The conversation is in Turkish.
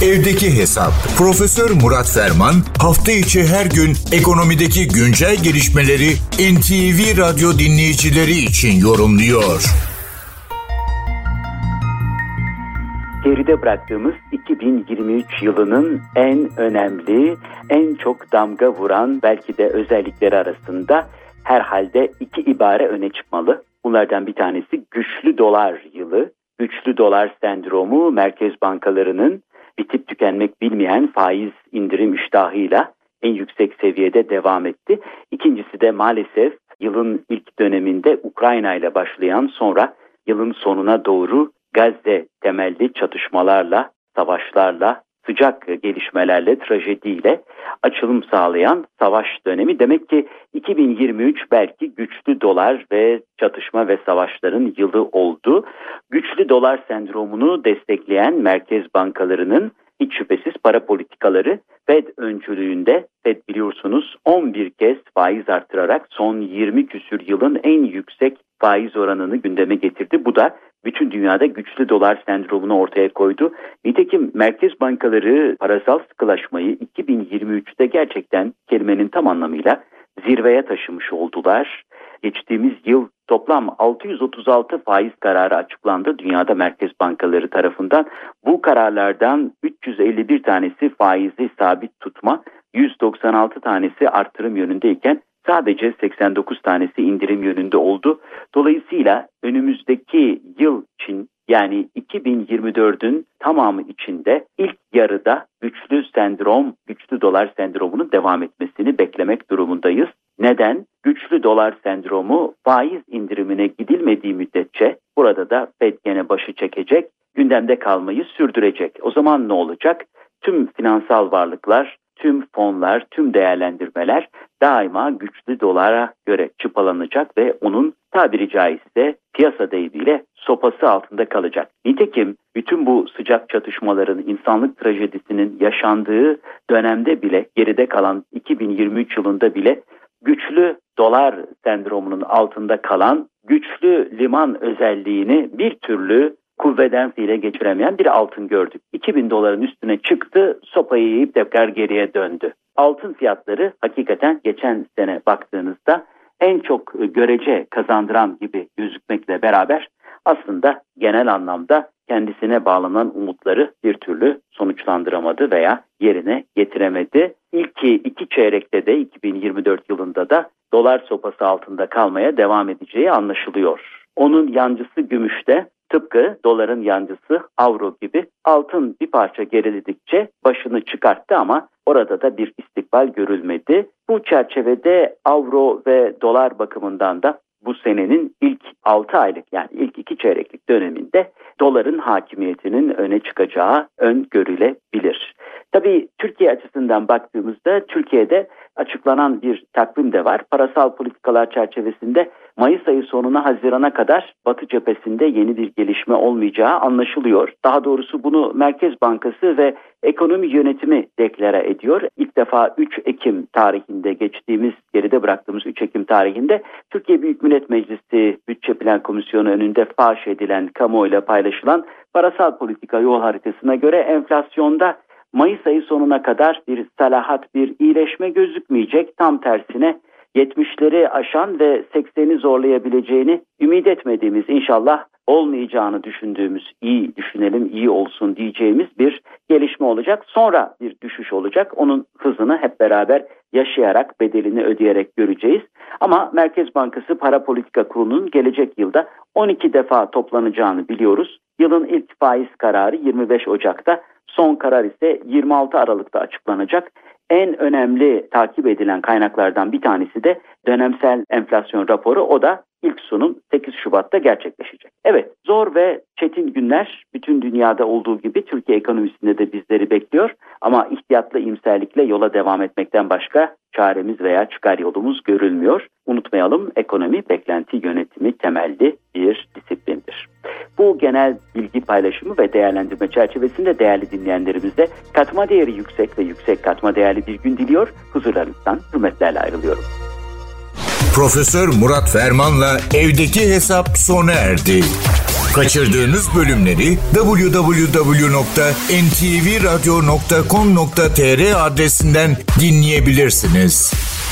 Evdeki Hesap. Profesör Murat Ferman hafta içi her gün ekonomideki güncel gelişmeleri NTV Radyo dinleyicileri için yorumluyor. Geride bıraktığımız 2023 yılının en önemli, en çok damga vuran belki de özellikleri arasında herhalde iki ibare öne çıkmalı. Bunlardan bir tanesi güçlü dolar yılı. Güçlü dolar sendromu merkez bankalarının bitip tükenmek bilmeyen faiz indirim iştahıyla en yüksek seviyede devam etti. İkincisi de maalesef yılın ilk döneminde Ukrayna ile başlayan, sonra yılın sonuna doğru Gazze temelli çatışmalarla, savaşlarla, sıcak gelişmelerle, trajediyle açılım sağlayan savaş dönemi. Demek ki 2023 belki güçlü dolar ve çatışma ve savaşların yılı oldu. Güçlü dolar sendromunu destekleyen merkez bankalarının hiç şüphesiz para politikaları. Fed öncülüğünde, Fed biliyorsunuz 11 kez faiz artırarak son 20 küsür yılın en yüksek faiz oranını gündeme getirdi. Bu da bütün dünyada güçlü dolar sendromunu ortaya koydu. Nitekim merkez bankaları parasal sıkılaşmayı 2023'te gerçekten kelimenin tam anlamıyla zirveye taşımış oldular. Geçtiğimiz yıl toplam 636 faiz kararı açıklandı dünyada merkez bankaları tarafından. Bu kararlardan 351 tanesi faizi sabit tutma, 196 tanesi artırım yönündeyken sadece 89 tanesi indirim yönünde oldu. Dolayısıyla önümüzdeki yıl için, yani 2024'ün tamamı içinde ilk yarıda güçlü dolar sendromunun devam etmesini beklemek durumundayız. Neden? Güçlü dolar sendromu faiz indirimine gidilmediği müddetçe burada da Fed gene başı çekecek, gündemde kalmayı sürdürecek. O zaman ne olacak? Tüm finansal varlıklar, tüm fonlar, tüm değerlendirmeler daima güçlü dolara göre çıpalanacak ve onun tabiri caizse piyasa deyimiyle sopası altında kalacak. Nitekim bütün bu sıcak çatışmaların, insanlık trajedisinin yaşandığı dönemde bile, geride kalan 2023 yılında bile güçlü dolar sendromunun altında kalan, güçlü liman özelliğini bir türlü kuvveden fiile geçiremeyen bir altın gördük. 2000 doların üstüne çıktı, sopayı yiyip tekrar geriye döndü. Altın fiyatları hakikaten geçen sene baktığınızda en çok görece kazandıran gibi gözükmekle beraber aslında genel anlamda kendisine bağlanan umutları bir türlü sonuçlandıramadı veya yerine getiremedi. İlk iki çeyrekte de 2024 yılında da dolar sopası altında kalmaya devam edeceği anlaşılıyor. Onun yancısı gümüşte, tıpkı doların yancısı avro gibi, altın bir parça geriledikçe başını çıkarttı ama orada da bir istikbal görülmedi. Bu çerçevede avro ve dolar bakımından da bu senenin ilk 6 aylık, yani ilk 2 çeyreklik döneminde doların hakimiyetinin öne çıkacağı öngörülebilir. Tabii Türkiye açısından baktığımızda Türkiye'de açıklanan bir takvim de var. Parasal politikalar çerçevesinde Mayıs ayı sonuna Haziran'a kadar Batı cephesinde yeni bir gelişme olmayacağı anlaşılıyor. Daha doğrusu bunu Merkez Bankası ve ekonomi yönetimi deklare ediyor. İlk defa 3 Ekim tarihinde, geride bıraktığımız 3 Ekim tarihinde Türkiye Büyük Millet Meclisi Bütçe Plan Komisyonu önünde faş edilen, kamuoyuyla paylaşılan parasal politika yol haritasına göre enflasyonda Mayıs ayı sonuna kadar bir salahat, bir iyileşme gözükmeyecek. Tam tersine 70'leri aşan ve 80'i zorlayabileceğini ümit etmediğimiz, inşallah olmayacağını düşündüğümüz, iyi düşünelim, iyi olsun diyeceğimiz bir gelişme olacak. Sonra bir düşüş olacak. Onun hızını hep beraber yaşayarak, bedelini ödeyerek göreceğiz. Ama Merkez Bankası Para Politika Kurulu'nun gelecek yılda 12 defa toplanacağını biliyoruz. Yılın ilk faiz kararı 25 Ocak'ta, son karar ise 26 Aralık'ta açıklanacak. En önemli takip edilen kaynaklardan bir tanesi de dönemsel enflasyon raporu. O da ilk sunum 8 Şubat'ta gerçekleşecek. Evet, zor ve çetin günler bütün dünyada olduğu gibi Türkiye ekonomisinde de bizleri bekliyor. Ama ihtiyatlı iyimserlikle yola devam etmekten başka çaremiz veya çıkar yolumuz görülmüyor. Unutmayalım, ekonomi beklenti yönetimi temelli bir disiplindir. Bu genel bilgi paylaşımı ve değerlendirme çerçevesinde değerli dinleyenlerimize katma değeri yüksek ve yüksek katma değerli bir gün diliyor. Huzurlarınızdan hürmetlerle ayrılıyorum. Profesör Murat Ferman'la Evdeki Hesap sona erdi. Kaçırdığınız bölümleri www.ntvradio.com.tr adresinden dinleyebilirsiniz.